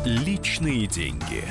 Личные деньги.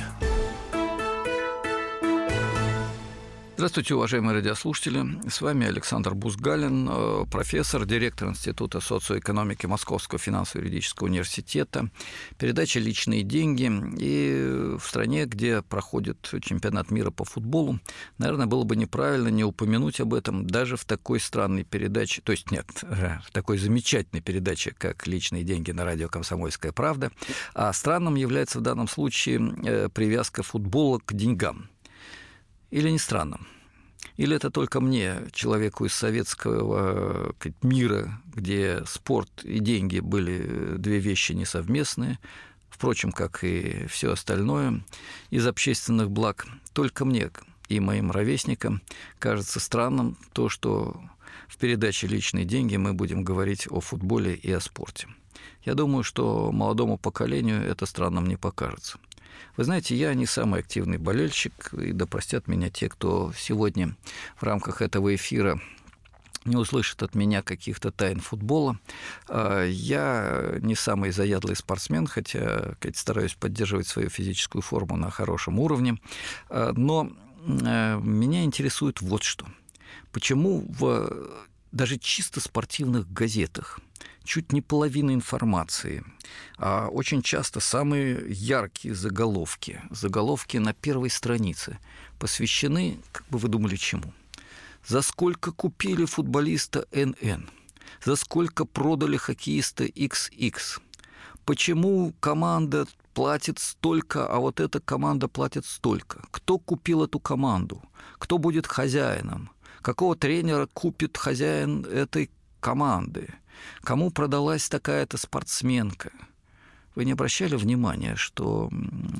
Здравствуйте, уважаемые радиослушатели. С вами Александр Бузгалин, профессор, директор Института социоэкономики Московского финансово-юридического университета. Передача «Личные деньги». И в стране, где проходит чемпионат мира по футболу, наверное, было бы неправильно не упомянуть об этом даже в такой странной передаче, то есть нет, в такой замечательной передаче, как «Личные деньги» на радио «Комсомольская правда». А странным является в данном случае привязка футбола к деньгам. Или не странным? Или это только мне, человеку из советского мира, где спорт и деньги были две вещи несовместные, впрочем, как и все остальное из общественных благ, только мне и моим ровесникам кажется странным то, что в передаче «Личные деньги» мы будем говорить о футболе и о спорте. Я думаю, что молодому поколению это странным не покажется. Вы знаете, я не самый активный болельщик, и да простят меня те, кто сегодня в рамках этого эфира не услышит от меня каких-то тайн футбола. Я не самый заядлый спортсмен, хотя стараюсь поддерживать свою физическую форму на хорошем уровне, но меня интересует вот что. Почему в даже чисто спортивных газетах чуть не половина информации, а очень часто самые яркие заголовки на первой странице посвящены, как бы вы думали, чему? За сколько купили футболиста НН? За сколько продали хоккеиста XX? Почему команда платит столько, а вот эта команда платит столько? Кто купил эту команду? Кто будет хозяином? Какого тренера купит хозяин этой команды? Кому продалась такая-то спортсменка? Вы не обращали внимания, что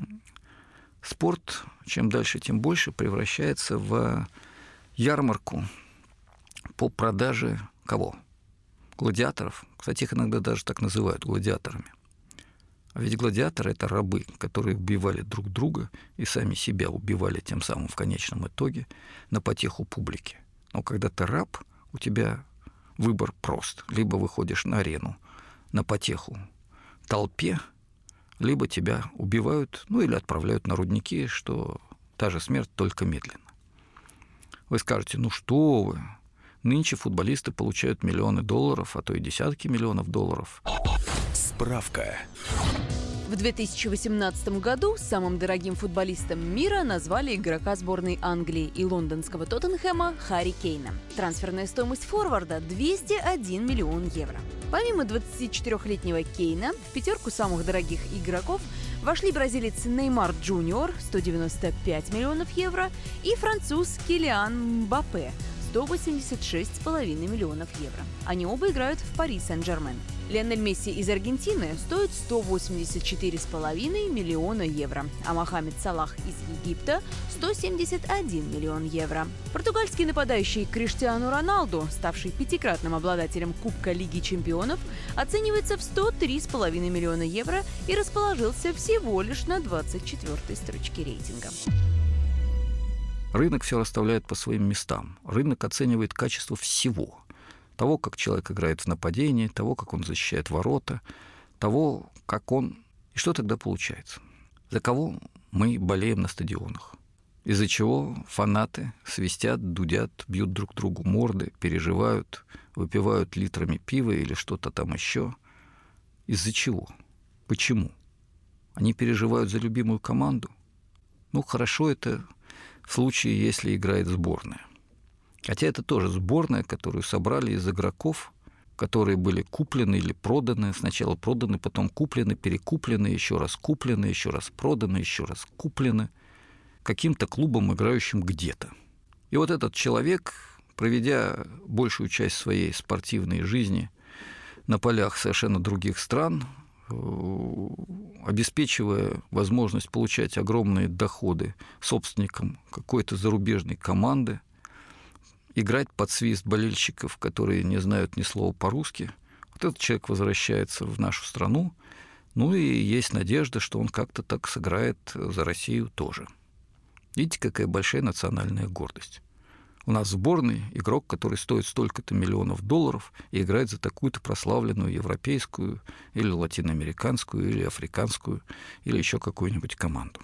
спорт, чем дальше, тем больше, превращается в ярмарку по продаже кого? Гладиаторов. Кстати, их иногда даже так называют гладиаторами. А ведь гладиаторы – это рабы, которые убивали друг друга и сами себя убивали тем самым в конечном итоге на потеху публики. Но когда ты раб, у тебя выбор прост. Либо выходишь на арену на потеху толпе, либо тебя убивают, или отправляют на рудники, что та же смерть, только медленно. Вы скажете, что вы, нынче футболисты получают миллионы долларов, а то и десятки миллионов долларов. Справка. В 2018 году самым дорогим футболистом мира назвали игрока сборной Англии и лондонского Тоттенхэма Харри Кейна. Трансферная стоимость форварда – 201 миллион евро. Помимо 24-летнего Кейна, в пятерку самых дорогих игроков вошли бразилец Неймар Джуниор – 195 миллионов евро и француз Килиан Мбаппе – 186,5 миллионов евро. Они оба играют в Пари Сен-Жермен. Лионель Месси из Аргентины стоит 184,5 миллиона евро, а Мохаммед Салах из Египта – 171 миллион евро. Португальский нападающий Криштиану Роналду, ставший пятикратным обладателем Кубка Лиги чемпионов, оценивается в 103,5 миллиона евро и расположился всего лишь на 24-й строчке рейтинга. Рынок все расставляет по своим местам. Рынок оценивает качество всего. Того, как человек играет в нападении, того, как он защищает ворота, того, как он... И что тогда получается? За кого мы болеем на стадионах? Из-за чего фанаты свистят, дудят, бьют друг другу морды, переживают, выпивают литрами пива или что-то там еще? Из-за чего? Почему? Они переживают за любимую команду? Хорошо это в случае, если играет сборная. Хотя это тоже сборная, которую собрали из игроков, которые были куплены или проданы. Сначала проданы, потом куплены, перекуплены, еще раз куплены, еще раз проданы, еще раз куплены каким-то клубом, играющим где-то. И вот этот человек, проведя большую часть своей спортивной жизни на полях совершенно других стран, обеспечивая возможность получать огромные доходы собственникам какой-то зарубежной команды, играть под свист болельщиков, которые не знают ни слова по-русски, вот этот человек возвращается в нашу страну, и есть надежда, что он как-то так сыграет за Россию тоже. Видите, какая большая национальная гордость. У нас в сборной игрок, который стоит столько-то миллионов долларов и играет за такую-то прославленную европейскую или латиноамериканскую, или африканскую, или еще какую-нибудь команду.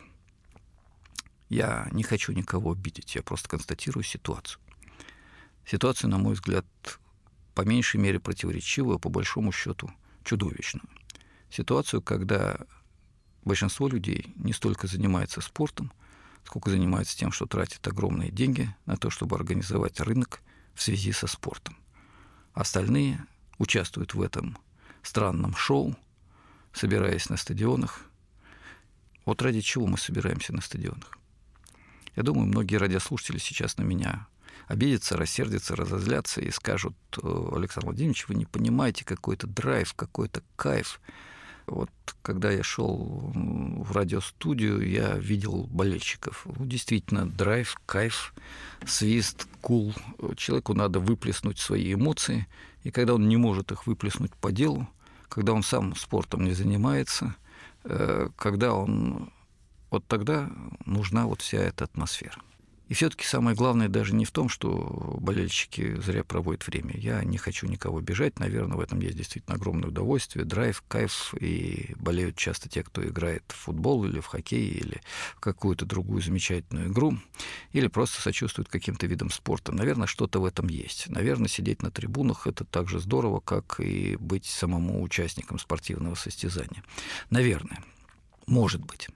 Я не хочу никого обидеть, я просто констатирую ситуацию. Ситуация, на мой взгляд, по меньшей мере противоречивую, а по большому счету чудовищную. Ситуацию, когда большинство людей не столько занимается спортом, сколько занимается тем, что тратит огромные деньги на то, чтобы организовать рынок в связи со спортом. Остальные участвуют в этом странном шоу, собираясь на стадионах. Вот ради чего мы собираемся на стадионах? Я думаю, многие радиослушатели сейчас на меня обидятся, рассердятся, разозлятся и скажут: Александр Владимирович, вы не понимаете, какой-то драйв, какой-то кайф. Вот когда я шел в радиостудию, я видел болельщиков. Действительно, драйв, кайф, свист, кул. Человеку надо выплеснуть свои эмоции, и когда он не может их выплеснуть по делу, когда он сам спортом не занимается, когда он... Вот тогда нужна вот вся эта атмосфера. И все-таки самое главное даже не в том, что болельщики зря проводят время. Я не хочу никого обижать. Наверное, в этом есть действительно огромное удовольствие, драйв, кайф. И болеют часто те, кто играет в футбол или в хоккей, или в какую-то другую замечательную игру, или просто сочувствуют каким-то видам спорта. Наверное, что-то в этом есть. Наверное, сидеть на трибунах — это так же здорово, как и быть самому участником спортивного состязания. Наверное. Может быть.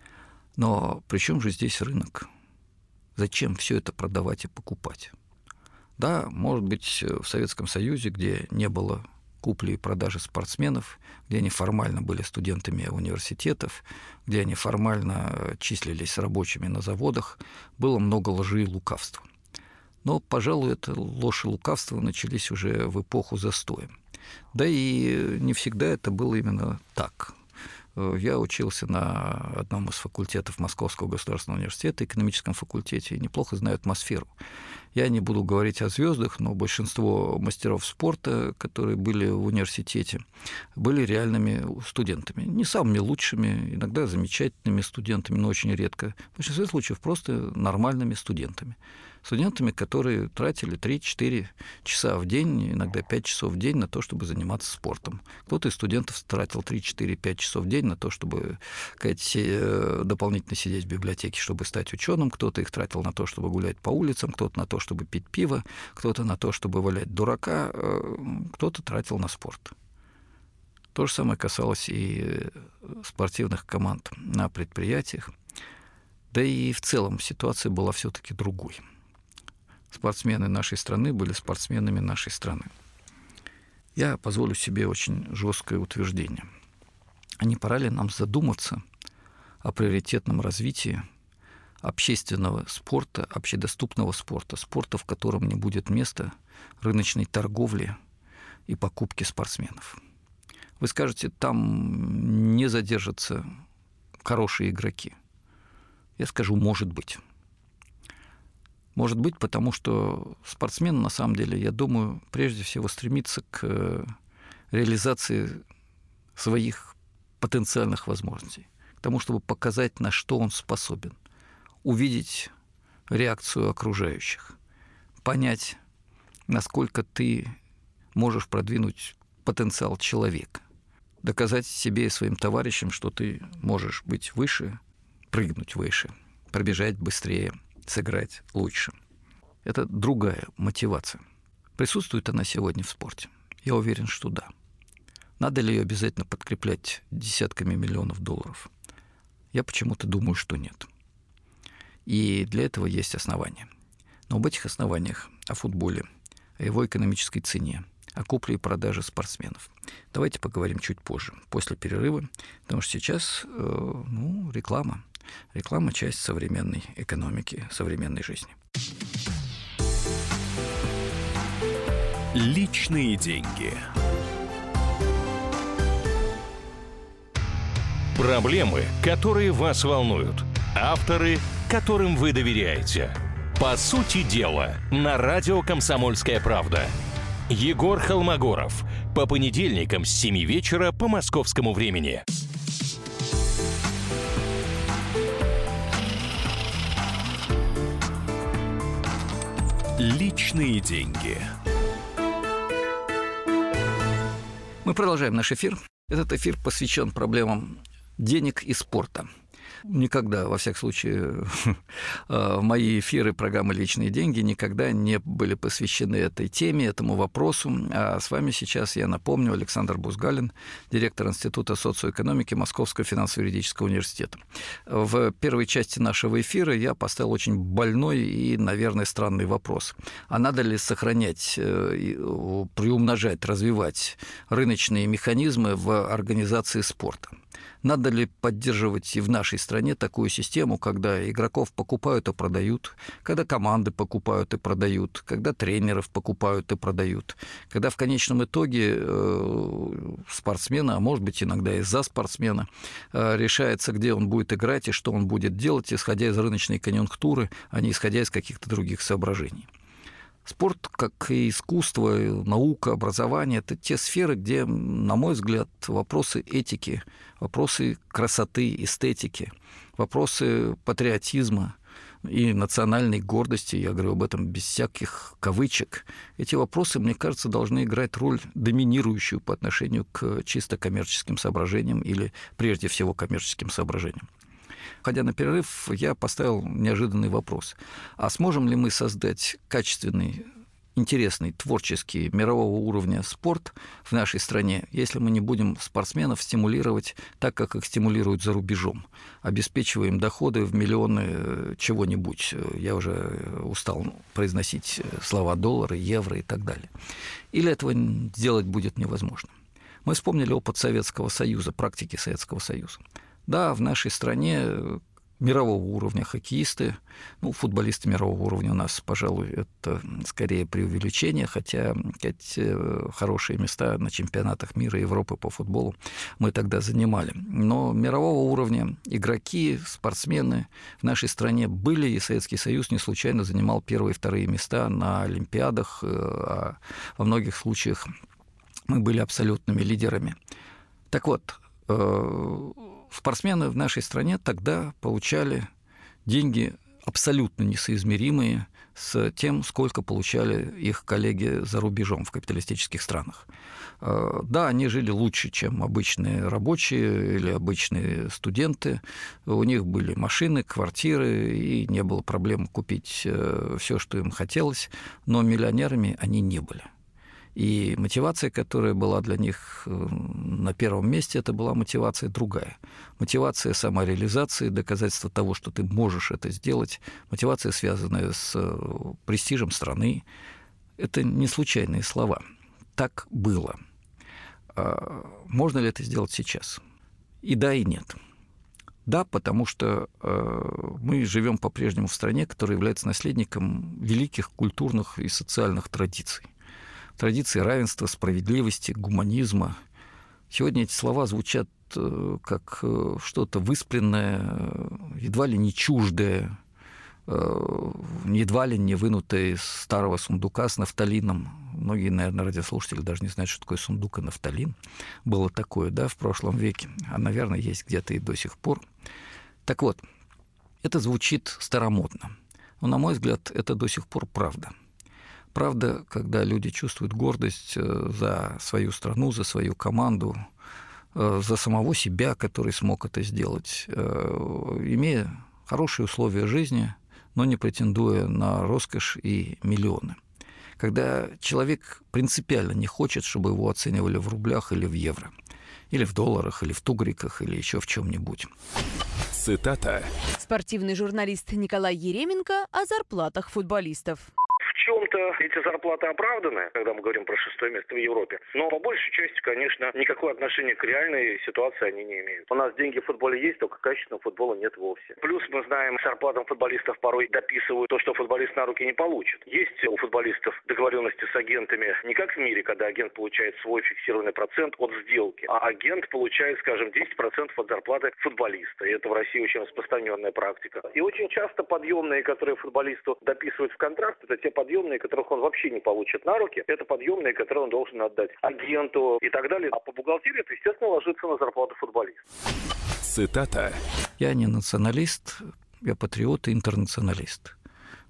Но при чем же здесь рынок? Зачем все это продавать и покупать? Да, может быть, в Советском Союзе, где не было купли и продажи спортсменов, где они формально были студентами университетов, где они формально числились рабочими на заводах, было много лжи и лукавства. Но, пожалуй, это ложь и лукавство начались уже в эпоху застоя. Да и не всегда это было именно так. Я учился на одном из факультетов Московского государственного университета, экономическом факультете, и неплохо знаю атмосферу. Я не буду говорить о звездах, но большинство мастеров спорта, которые были в университете, были реальными студентами. Не самыми лучшими, иногда замечательными студентами, но очень редко. В большинстве случаев просто нормальными студентами. Студентами, которые тратили 3-4 часа в день, иногда 5 часов в день на то, чтобы заниматься спортом. Кто-то из студентов тратил 3-4-5 часов в день на то, чтобы дополнительно сидеть в библиотеке, чтобы стать ученым. Кто-то их тратил на то, чтобы гулять по улицам, кто-то на то, чтобы пить пиво, кто-то на то, чтобы валять дурака, кто-то тратил на спорт. То же самое касалось и спортивных команд на предприятиях. Да и в целом ситуация была все-таки другой. Спортсмены нашей страны были спортсменами нашей страны. Я позволю себе очень жесткое утверждение. А не пора ли нам задуматься о приоритетном развитии общественного спорта, общедоступного спорта, спорта, в котором не будет места рыночной торговли и покупки спортсменов? Вы скажете, там не задержатся хорошие игроки. Я скажу, может быть. Может быть, потому что спортсмен, на самом деле, я думаю, прежде всего стремится к реализации своих потенциальных возможностей, к тому, чтобы показать, на что он способен, увидеть реакцию окружающих, понять, насколько ты можешь продвинуть потенциал человека, доказать себе и своим товарищам, что ты можешь быть выше, прыгнуть выше, пробежать быстрее, сыграть лучше. Это другая мотивация. Присутствует она сегодня в спорте? Я уверен, что да. Надо ли ее обязательно подкреплять десятками миллионов долларов? Я почему-то думаю, что нет. И для этого есть основания. Но об этих основаниях, о футболе, о его экономической цене, о купле и продаже спортсменов давайте поговорим чуть позже, после перерыва, потому что сейчас реклама. Реклама – часть современной экономики, современной жизни. Личные деньги. Проблемы, которые вас волнуют. Авторы, которым вы доверяете. По сути дела, на радио «Комсомольская правда». Егор Холмогоров. По понедельникам с 7 вечера по московскому времени. Личные деньги. Мы продолжаем наш эфир. Этот эфир посвящен проблемам денег и спорта. Никогда, во всяком случае, мои эфиры программы «Личные деньги» никогда не были посвящены этой теме, этому вопросу. А с вами сейчас, я напомню, Александр Бузгалин, директор Института социоэкономики Московского финансово-юридического университета. В первой части нашего эфира я поставил очень больной и, наверное, странный вопрос. А надо ли сохранять, приумножать, развивать рыночные механизмы в организации спорта? Надо ли поддерживать и в нашей стране такую систему, когда игроков покупают и продают, когда команды покупают и продают, когда тренеров покупают и продают, когда в конечном итоге спортсмена, а может быть иногда и за спортсмена, решается, где он будет играть и что он будет делать, исходя из рыночной конъюнктуры, а не исходя из каких-то других соображений. Спорт, как и искусство, наука, образование – это те сферы, где, на мой взгляд, вопросы этики, вопросы красоты, эстетики, вопросы патриотизма и национальной гордости, я говорю об этом без всяких кавычек, эти вопросы, мне кажется, должны играть роль доминирующую по отношению к чисто коммерческим соображениям или, прежде всего, коммерческим соображениям. Ходя на перерыв, я поставил неожиданный вопрос. А сможем ли мы создать качественный, интересный, творческий, мирового уровня спорт в нашей стране, если мы не будем спортсменов стимулировать так, как их стимулируют за рубежом, обеспечивая им доходы в миллионы чего-нибудь? Я уже устал произносить слова доллары, евро и так далее. Или этого сделать будет невозможно? Мы вспомнили опыт Советского Союза, практики Советского Союза. Да, в нашей стране мирового уровня хоккеисты, футболисты мирового уровня у нас, пожалуй, это скорее преувеличение, хотя хорошие места на чемпионатах мира и Европы по футболу мы тогда занимали. Но мирового уровня игроки, спортсмены в нашей стране были, и Советский Союз не случайно занимал первые и вторые места на Олимпиадах, а во многих случаях мы были абсолютными лидерами. Так вот, спортсмены в нашей стране тогда получали деньги абсолютно несоизмеримые с тем, сколько получали их коллеги за рубежом в капиталистических странах. Да, они жили лучше, чем обычные рабочие или обычные студенты. У них были машины, квартиры, и не было проблем купить все, что им хотелось, но миллионерами они не были. И мотивация, которая была для них на первом месте, это была мотивация другая. Мотивация самореализации, доказательство того, что ты можешь это сделать, мотивация, связанная с престижем страны. Это не случайные слова. Так было. Можно ли это сделать сейчас? И да, и нет. Да, потому что мы живем по-прежнему в стране, которая является наследником великих культурных и социальных традиций. Традиции равенства, справедливости, гуманизма. Сегодня эти слова звучат как что-то выспренное, едва ли не чуждое, едва ли не вынутое из старого сундука с нафталином. Многие, наверное, радиослушатели даже не знают, что такое сундук и нафталин. Было такое, да, в прошлом веке, а, наверное, есть где-то и до сих пор. Так вот, это звучит старомодно, но, на мой взгляд, это до сих пор правда. Правда, когда люди чувствуют гордость за свою страну, за свою команду, за самого себя, который смог это сделать, имея хорошие условия жизни, но не претендуя на роскошь и миллионы. Когда человек принципиально не хочет, чтобы его оценивали в рублях или в евро, или в долларах, или в тугриках, или еще в чем-нибудь. Цитата. Спортивный журналист Николай Еременко о зарплатах футболистов. В чем-то эти зарплаты оправданы, когда мы говорим про 6-е место в Европе. Но по большей части, конечно, никакого отношения к реальной ситуации они не имеют. У нас деньги в футболе есть, только качественного футбола нет вовсе. Плюс мы знаем, зарплатам футболистов порой дописывают то, что футболист на руки не получит. Есть у футболистов договоренности с агентами не как в мире, когда агент получает свой фиксированный процент от сделки, а агент получает, скажем, 10% от зарплаты футболиста. И это в России очень распространенная практика. И очень часто подъемные, которые футболисту дописывают в контракт, это те подъемные, которых он вообще не получит на руки, это подъемные, которые он должен отдать агенту и так далее. А по бухгалтерии это, естественно, ложится на зарплату футболиста. Цитата. Я не националист, я патриот и интернационалист.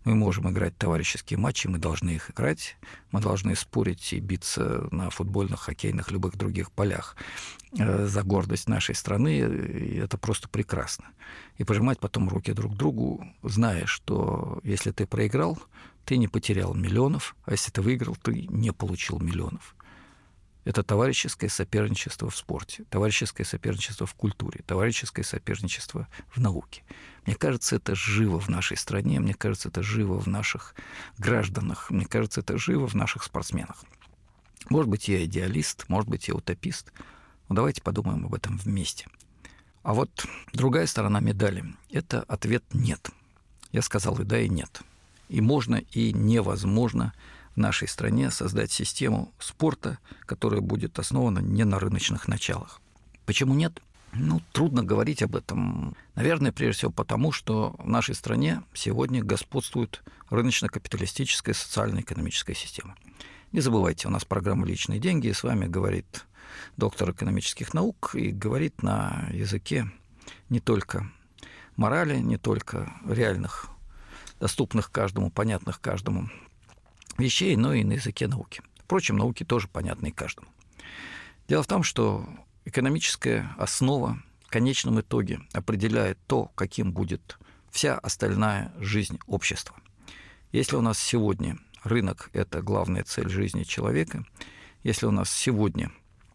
Мы можем играть товарищеские матчи, мы должны их играть, мы должны спорить и биться на футбольных, хоккейных, любых других полях за гордость нашей страны, и это просто прекрасно. И пожимать потом руки друг другу, зная, что если ты проиграл, ты не потерял миллионов, а если ты выиграл, ты не получил миллионов. Это товарищеское соперничество в спорте, товарищеское соперничество в культуре, товарищеское соперничество в науке. Мне кажется, это живо в нашей стране, мне кажется, это живо в наших гражданах, мне кажется, это живо в наших спортсменах. Может быть, я идеалист, может быть, я утопист, но давайте подумаем об этом вместе. А вот другая сторона медали – это ответ «нет». Я сказал и да, и нет. И можно, и невозможно в нашей стране создать систему спорта, которая будет основана не на рыночных началах. Почему нет? Трудно говорить об этом. Наверное, прежде всего потому, что в нашей стране сегодня господствует рыночно-капиталистическая социально-экономическая система. Не забывайте, у нас программа «Личные деньги», и с вами говорит доктор экономических наук, и говорит на языке не только морали, не только реальных, доступных каждому, понятных каждому вещей, но и на языке науки. Впрочем, науки тоже понятны каждому. Дело в том, что экономическая основа в конечном итоге определяет то, каким будет вся остальная жизнь общества. Если у нас сегодня рынок – это главная цель жизни человека, если у нас сегодня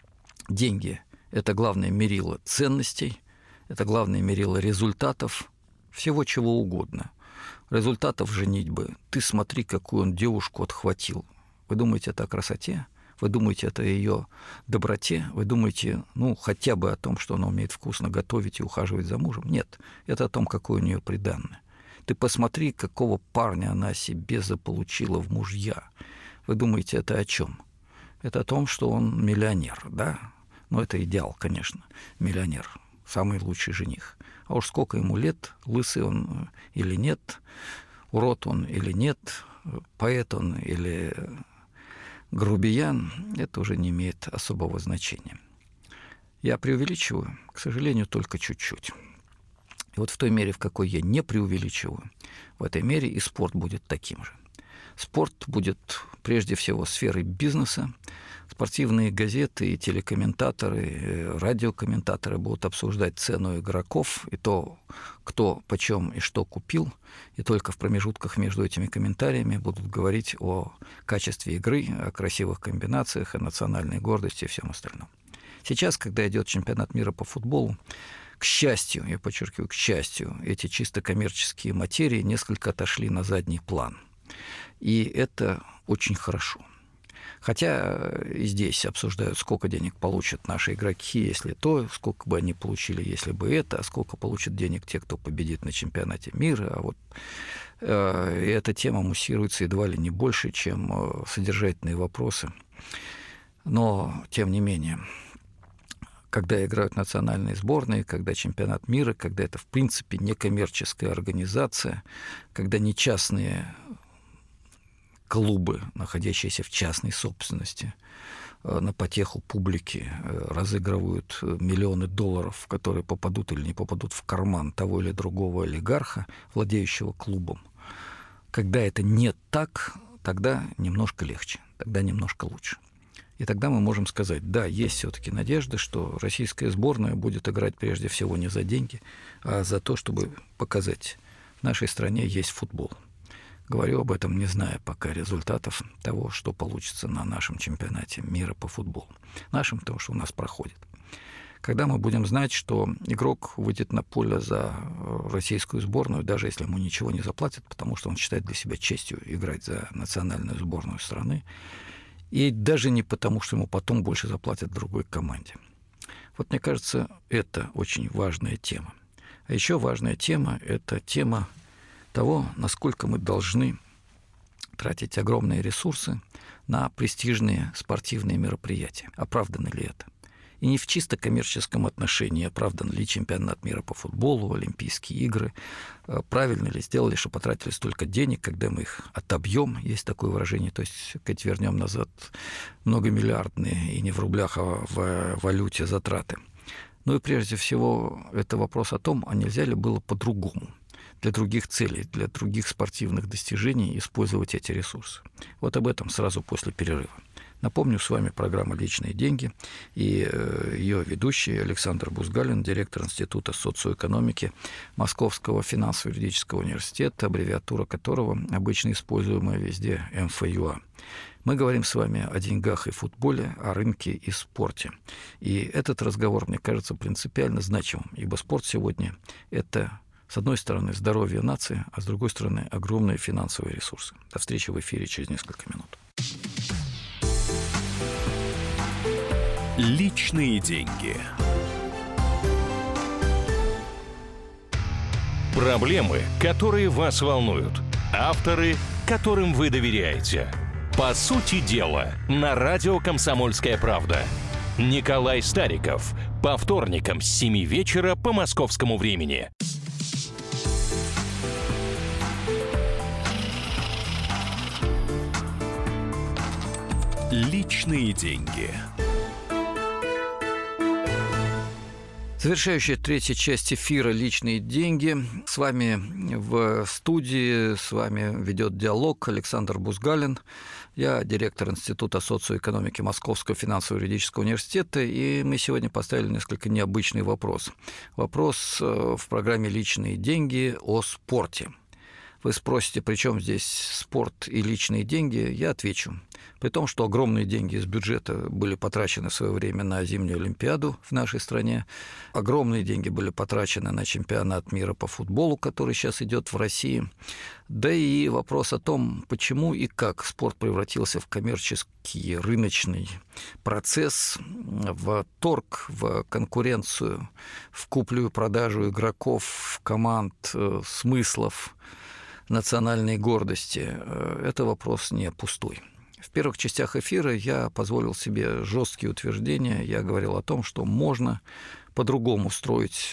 деньги – это главное мерило ценностей, это главное мерило результатов, всего чего угодно – результатов женитьбы. Ты смотри, какую он девушку отхватил. Вы думаете, это о красоте? Вы думаете, это о ее доброте? Вы думаете, хотя бы о том, что она умеет вкусно готовить и ухаживать за мужем? Нет, это о том, какое у нее приданное. Ты посмотри, какого парня она себе заполучила в мужья. Вы думаете, это о чем? Это о том, что он миллионер, да? Это идеал, конечно, миллионер, самый лучший жених. А уж сколько ему лет, лысый он или нет, урод он или нет, поэт он или грубиян, это уже не имеет особого значения. Я преувеличиваю, к сожалению, только чуть-чуть. И вот в той мере, в какой я не преувеличиваю, в этой мере и спорт будет таким же. Спорт будет прежде всего сферой бизнеса. Спортивные газеты и телекомментаторы, радиокомментаторы будут обсуждать цену игроков и то, кто, почем и что купил, и только в промежутках между этими комментариями будут говорить о качестве игры, о красивых комбинациях, о национальной гордости и всем остальном. Сейчас, когда идет чемпионат мира по футболу, к счастью, я подчеркиваю, к счастью, эти чисто коммерческие материи несколько отошли на задний план. И это очень хорошо. Хотя и здесь обсуждают, сколько денег получат наши игроки, если то, сколько бы они получили, если бы это, а сколько получат денег те, кто победит на чемпионате мира. А вот эта тема муссируется едва ли не больше, чем содержательные вопросы. Но, тем не менее, когда играют национальные сборные, когда чемпионат мира, когда это, в принципе, некоммерческая организация, когда не частные клубы, находящиеся в частной собственности, на потеху публики разыгрывают миллионы долларов, которые попадут или не попадут в карман того или другого олигарха, владеющего клубом. Когда это не так, тогда немножко легче, тогда немножко лучше. И тогда мы можем сказать, да, есть все-таки надежда, что российская сборная будет играть прежде всего не за деньги, а за то, чтобы показать, в нашей стране есть футбол. Говорю об этом, не зная пока результатов того, что получится на нашем чемпионате мира по футболу. Нашем, потому что у нас проходит. Когда мы будем знать, что игрок выйдет на поле за российскую сборную, даже если ему ничего не заплатят, потому что он считает для себя честью играть за национальную сборную страны, и даже не потому, что ему потом больше заплатят другой команде. Вот мне кажется, это очень важная тема. А еще важная тема – это тема того, насколько мы должны тратить огромные ресурсы на престижные спортивные мероприятия. Оправдано ли это? И не в чисто коммерческом отношении, оправдан ли чемпионат мира по футболу, Олимпийские игры, правильно ли сделали, что потратили столько денег, когда мы их отобьем, есть такое выражение, то есть, когда вернем назад многомиллиардные, и не в рублях, а в валюте затраты. Ну и прежде всего, это вопрос о том, а нельзя ли было по-другому. для других целей, для других спортивных достижений использовать эти ресурсы. Вот об этом сразу после перерыва. Напомню, с вами программа «Личные деньги» и ее ведущий Александр Бузгалин, директор Института социоэкономики Московского финансово-юридического университета, аббревиатура которого обычно используемая везде МФЮА. Мы говорим с вами о деньгах и футболе, о рынке и спорте. И этот разговор, мне кажется, принципиально значимым, ибо спорт сегодня – это, с одной стороны, здоровье нации, а с другой стороны, огромные финансовые ресурсы. До встречи в эфире через несколько минут. Личные деньги. Проблемы, которые вас волнуют. Авторы, которым вы доверяете. По сути дела, на радио «Комсомольская правда». Николай Стариков. По вторникам с 7 вечера по московскому времени. Личные деньги. Завершающая третья часть эфира «Личные деньги». С вами в студии, с вами ведет диалог Александр Бузгалин. Я директор Института социоэкономики Московского финансово-юридического университета, и мы сегодня поставили несколько необычный вопрос. Вопрос в программе «Личные деньги» о спорте. Вы спросите, при чем здесь спорт и личные деньги? Я отвечу. При том, что огромные деньги из бюджета были потрачены в свое время на зимнюю Олимпиаду в нашей стране, огромные деньги были потрачены на чемпионат мира по футболу, который сейчас идет в России, да и вопрос о том, почему и как спорт превратился в коммерческий рыночный процесс, в торг, в конкуренцию, в куплю и продажу игроков, команд, смыслов, национальной гордости. Это вопрос не пустой. В первых частях эфира я позволил себе жесткие утверждения. Я говорил о том, что можно по-другому строить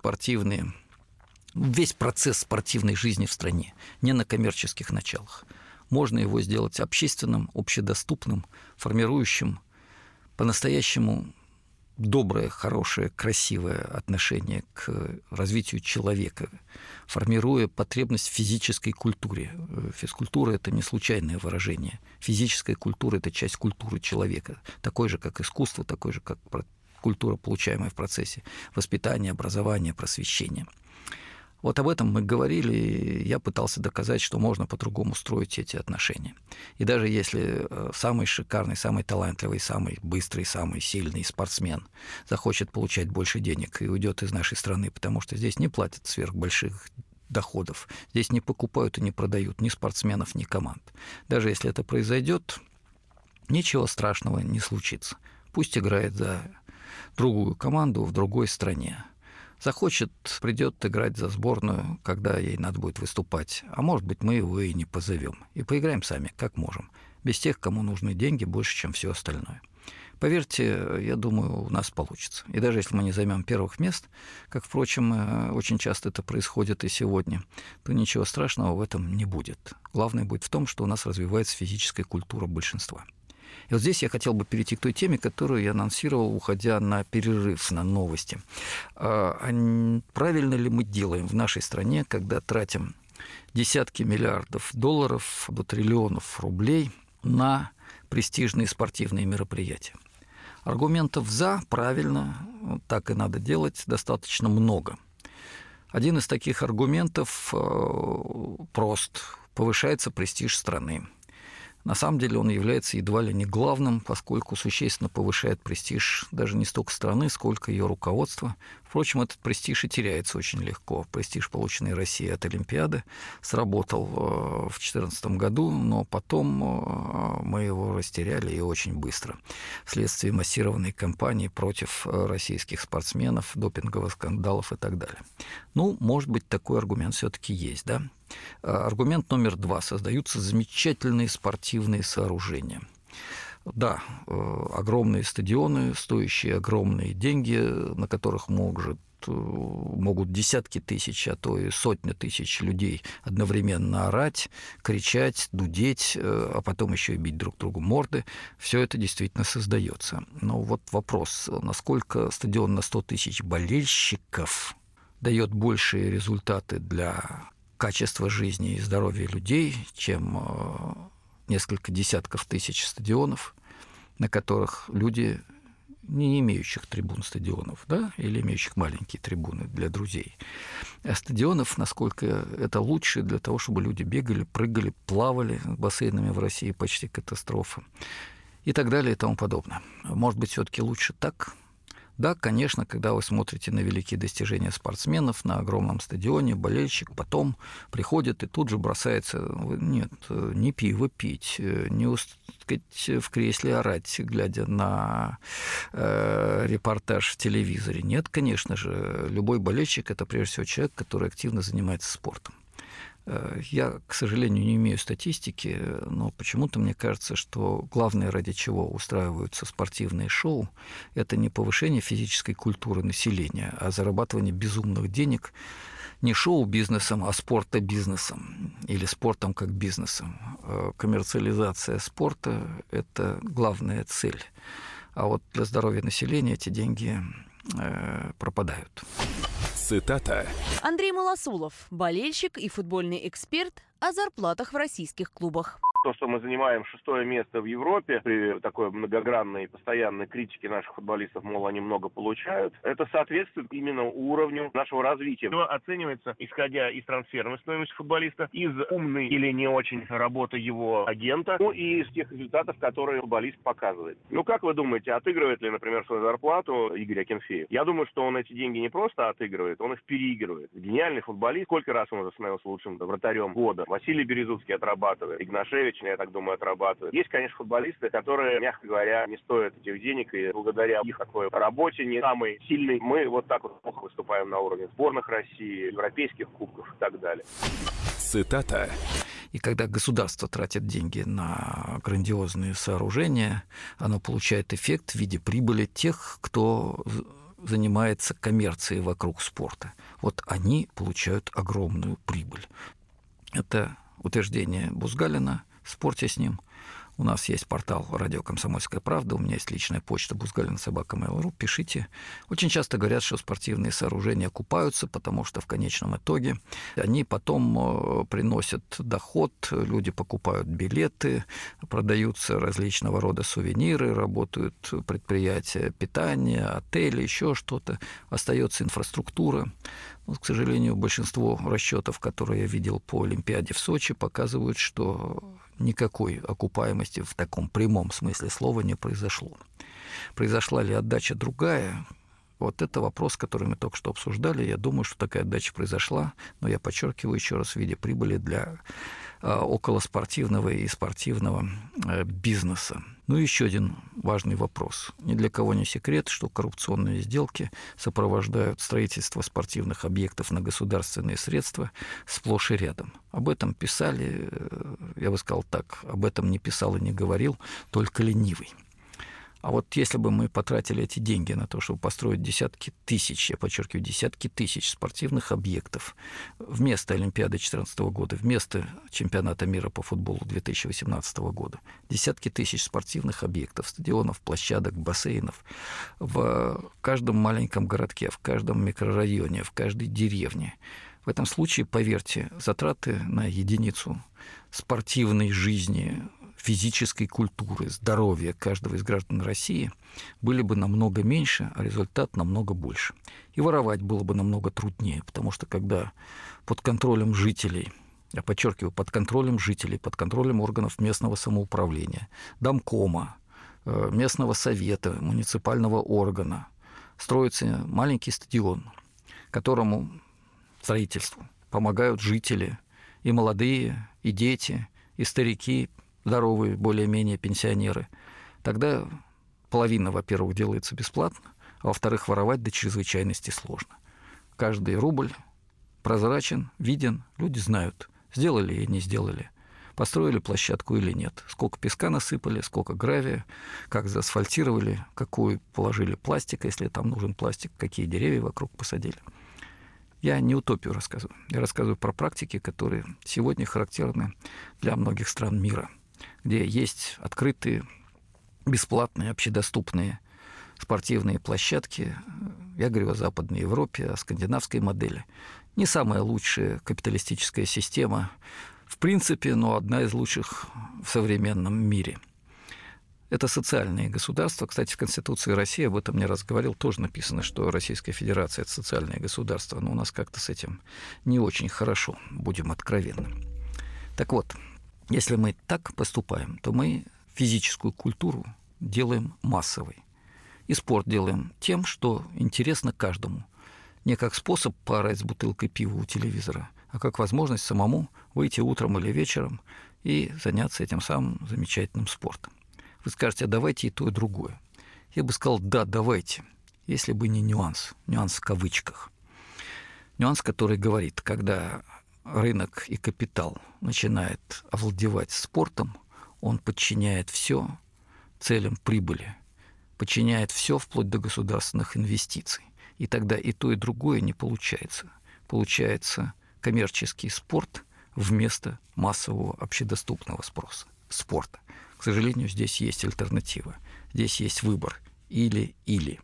весь процесс спортивной жизни в стране, не на коммерческих началах. Можно его сделать общественным, общедоступным, формирующим по-настоящему доброе, хорошее, красивое отношение к развитию человека, формируя потребность в физической культуре. Физкультура – это не случайное выражение. Физическая культура – это часть культуры человека, такой же, как искусство, такой же, как культура, получаемая в процессе воспитания, образования, просвещения. Вот об этом мы говорили, и я пытался доказать, что можно по-другому строить эти отношения. И даже если самый шикарный, самый талантливый, самый быстрый, самый сильный спортсмен захочет получать больше денег и уйдет из нашей страны, потому что здесь не платят сверхбольших доходов, здесь не покупают и не продают ни спортсменов, ни команд. Даже если это произойдет, ничего страшного не случится. Пусть играет за другую команду в другой стране. Захочет, придет играть за сборную, когда ей надо будет выступать. А может быть, мы его и не позовем. И поиграем сами, как можем. Без тех, кому нужны деньги больше, чем все остальное. Поверьте, я думаю, у нас получится. И даже если мы не займем первых мест, как, впрочем, очень часто это происходит и сегодня, то ничего страшного в этом не будет. Главное будет в том, что у нас развивается физическая культура большинства. И вот здесь я хотел бы перейти к той теме, которую я анонсировал, уходя на перерыв, на новости. Правильно ли мы делаем в нашей стране, когда тратим десятки миллиардов долларов до триллионов рублей на престижные спортивные мероприятия? Аргументов «за» правильно, так и надо делать, достаточно много. Один из таких аргументов прост. Повышается престиж страны. На самом деле он является едва ли не главным, поскольку существенно повышает престиж даже не столько страны, сколько ее руководства. Впрочем, этот престиж и теряется очень легко. Престиж, полученный Россией от Олимпиады, сработал в 2014 году, но потом мы его растеряли и очень быстро. Вследствие массированной кампании против российских спортсменов, допинговых скандалов и так далее. Ну, может быть, такой аргумент все-таки есть, да? Аргумент номер 2. Создаются замечательные спортивные сооружения. Да, огромные стадионы, стоящие огромные деньги, на которых могут десятки тысяч, а то и сотни тысяч людей одновременно орать, кричать, дудеть, а потом еще и бить друг другу морды. Все это действительно создается. Но вот вопрос, насколько стадион на 100 тысяч болельщиков дает большие результаты для качество жизни и здоровья людей, чем несколько десятков тысяч стадионов, на которых люди, не имеющих трибун стадионов, да, или имеющих маленькие трибуны для друзей, а стадионов, насколько это лучше для того, чтобы люди бегали, прыгали, плавали бассейнами в России, почти катастрофа, и так далее и тому подобное. Может быть, все-таки лучше так? Да, конечно, когда вы смотрите на великие достижения спортсменов на огромном стадионе, болельщик потом приходит и тут же бросается, нет, не пиво пить, не в кресле орать, глядя на репортаж в телевизоре. Нет, конечно же, любой болельщик – это прежде всего человек, который активно занимается спортом. Я, к сожалению, не имею статистики, но почему-то мне кажется, что главное, ради чего устраиваются спортивные шоу, это не повышение физической культуры населения, а зарабатывание безумных денег не шоу-бизнесом, а спортобизнесом или спортом как бизнесом. Коммерциализация спорта – это главная цель. А вот для здоровья населения эти деньги пропадают. Цитата. Андрей Малосулов, болельщик и футбольный эксперт о зарплатах в российских клубах. То, что мы занимаем 6-е место в Европе при такой многогранной и постоянной критике наших футболистов, мол, они много получают, это соответствует именно уровню нашего развития. Все оценивается, исходя из трансферной стоимости футболиста, из умной или не очень работы его агента, ну и из тех результатов, которые футболист показывает. Ну, как вы думаете, отыгрывает ли, например, свою зарплату Игорь Акинфеев? Я думаю, что он эти деньги не просто отыгрывает, он их переигрывает. Гениальный футболист. Сколько раз он уже становился лучшим вратарем года? Василий Березутский отрабатывает, Игнашевич, я так думаю, отрабатывают. Есть, конечно, футболисты, которые, мягко говоря, не стоят этих денег, и благодаря их такой работе не самой сильной мы вот так вот плохо выступаем на уровне сборных России, европейских кубков и так далее. Цитата. И когда государство тратит деньги на грандиозные сооружения, оно получает эффект в виде прибыли тех, кто занимается коммерцией вокруг спорта. Вот они получают огромную прибыль. Это утверждение Бузгалина. Спорьте с ним. У нас есть портал «Радио Комсомольская правда», у меня есть личная почта buzgalin@mail.ru, пишите. Очень часто говорят, что спортивные сооружения окупаются, потому что в конечном итоге они потом приносят доход, люди покупают билеты, продаются различного рода сувениры, работают предприятия питания, отели, еще что-то, остается инфраструктура. Но, к сожалению, большинство расчетов, которые я видел по Олимпиаде в Сочи, показывают, что никакой окупаемости в таком прямом смысле слова не произошло. Произошла ли отдача другая? Вот это вопрос, который мы только что обсуждали. Я думаю, что такая отдача произошла, но я подчеркиваю еще раз в виде прибыли для околоспортивного и спортивного бизнеса. Ну и еще один важный вопрос. Ни для кого не секрет, что коррупционные сделки сопровождают строительство спортивных объектов на государственные средства сплошь и рядом. Об этом писали, я бы сказал так, об этом не писал и не говорил только ленивый. А вот если бы мы потратили эти деньги на то, чтобы построить десятки тысяч, я подчеркиваю, десятки тысяч спортивных объектов вместо Олимпиады 2014 года, вместо чемпионата мира по футболу 2018 года, десятки тысяч спортивных объектов, стадионов, площадок, бассейнов в каждом маленьком городке, в каждом микрорайоне, в каждой деревне. В этом случае, поверьте, затраты на единицу спортивной жизни, физической культуры, здоровья каждого из граждан России были бы намного меньше, а результат намного больше. И воровать было бы намного труднее, потому что когда под контролем жителей, я подчеркиваю, под контролем жителей, под контролем органов местного самоуправления, домкома, местного совета, муниципального органа строится маленький стадион, которому строительству помогают жители, и молодые, и дети, и старики, здоровые, более-менее пенсионеры, тогда половина, во-первых, делается бесплатно, а во-вторых, воровать до чрезвычайности сложно. Каждый рубль прозрачен, виден, люди знают, сделали или не сделали, построили площадку или нет, сколько песка насыпали, сколько гравия, как заасфальтировали, какой положили пластик, если там нужен пластик, какие деревья вокруг посадили. Я не утопию рассказываю, я рассказываю про практики, которые сегодня характерны для многих стран мира, где есть открытые, бесплатные, общедоступные спортивные площадки. Я говорю о Западной Европе, о скандинавской модели. Не самая лучшая капиталистическая система, в принципе, но одна из лучших в современном мире. Это социальные государства. Кстати, в Конституции России, об этом не раз говорил, тоже написано, что Российская Федерация – это социальное государство. Но у нас как-то с этим не очень хорошо, будем откровенны. Так вот, если мы так поступаем, то мы физическую культуру делаем массовой. И спорт делаем тем, что интересно каждому. Не как способ поорать с бутылкой пива у телевизора, а как возможность самому выйти утром или вечером и заняться этим самым замечательным спортом. Вы скажете, а давайте и то, и другое. Я бы сказал, да, давайте, если бы не нюанс в кавычках. Нюанс, который говорит, когда рынок и капитал начинает овладевать спортом, он подчиняет все целям прибыли, подчиняет все вплоть до государственных инвестиций. И тогда и то, и другое не получается. Получается коммерческий спорт вместо массового общедоступного спорта. К сожалению, здесь есть альтернатива. Здесь есть выбор или-или.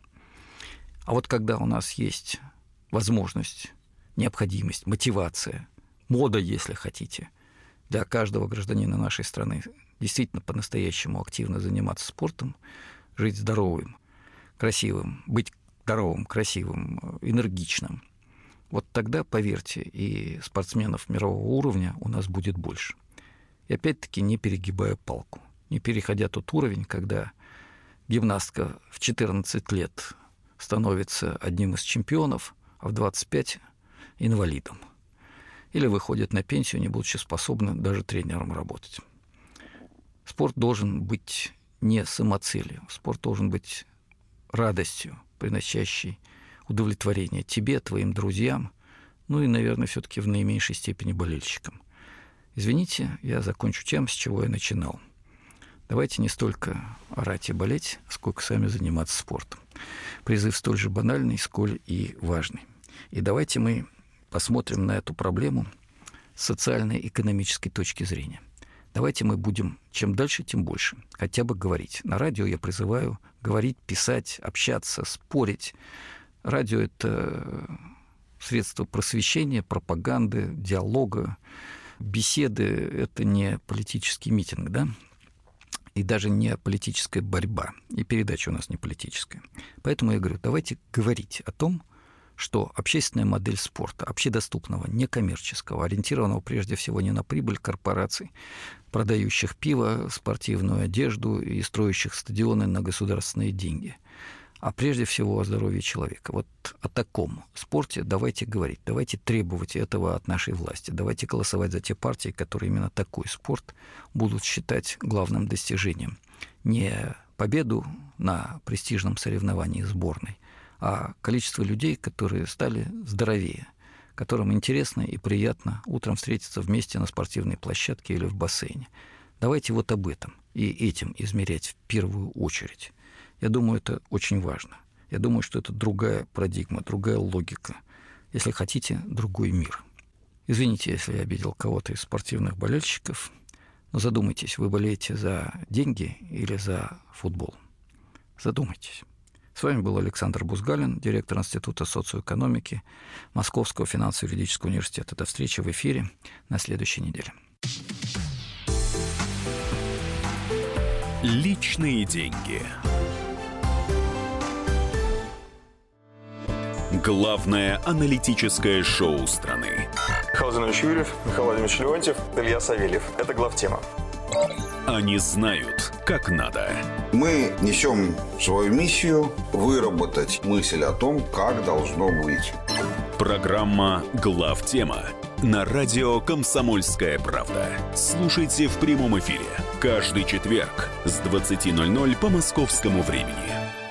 А вот когда у нас есть возможность, необходимость, мотивация, мода, если хотите, для каждого гражданина нашей страны действительно по-настоящему активно заниматься спортом, жить здоровым, красивым, быть здоровым, красивым, энергичным, вот тогда, поверьте, и спортсменов мирового уровня у нас будет больше. И опять-таки не перегибая палку, не переходя тот уровень, когда гимнастка в 14 лет становится одним из чемпионов, а в 25 – инвалидом. Или выходит на пенсию, не будучи способны даже тренером работать. Спорт должен быть не самоцелью, спорт должен быть радостью, приносящей удовлетворение тебе, твоим друзьям, ну и, наверное, все-таки в наименьшей степени болельщикам. Извините, я закончу тем, с чего я начинал. Давайте не столько орать и болеть, сколько сами заниматься спортом. Призыв столь же банальный, сколь и важный. И давайте мы посмотрим на эту проблему с социально-экономической точки зрения. Давайте мы будем чем дальше, тем больше хотя бы говорить. На радио я призываю говорить, писать, общаться, спорить. Радио – это средство просвещения, пропаганды, диалога. Беседы – это не политический митинг, да? И даже не политическая борьба. И передача у нас не политическая. Поэтому я говорю, давайте говорить о том, что общественная модель спорта, общедоступного, некоммерческого, ориентированного прежде всего не на прибыль корпораций, продающих пиво, спортивную одежду и строящих стадионы на государственные деньги, а прежде всего о здоровье человека. Вот о таком спорте давайте говорить, давайте требовать этого от нашей власти, давайте голосовать за те партии, которые именно такой спорт будут считать главным достижением. Не победу на престижном соревновании сборной, а количество людей, которые стали здоровее, которым интересно и приятно утром встретиться вместе на спортивной площадке или в бассейне. Давайте вот об этом и этим измерять в первую очередь. Я думаю, это очень важно. Я думаю, что это другая парадигма, другая логика. Если хотите, другой мир. Извините, если я обидел кого-то из спортивных болельщиков, но задумайтесь, вы болеете за деньги или за футбол? Задумайтесь. С вами был Александр Бузгалин, директор Института социоэкономики Московского финансово-юридического университета. До встречи в эфире на следующей неделе. Личные деньги. Главное аналитическое шоу страны. Михаил Владимирович Юрьев, Михаил Владимирович Леонтьев, Илья Савельев. Это главтема. Они знают, как надо. Мы несем свою миссию выработать мысль о том, как должно быть. Программа «Главтема» на радио «Комсомольская правда». Слушайте в прямом эфире каждый четверг с 20:00 по московскому времени.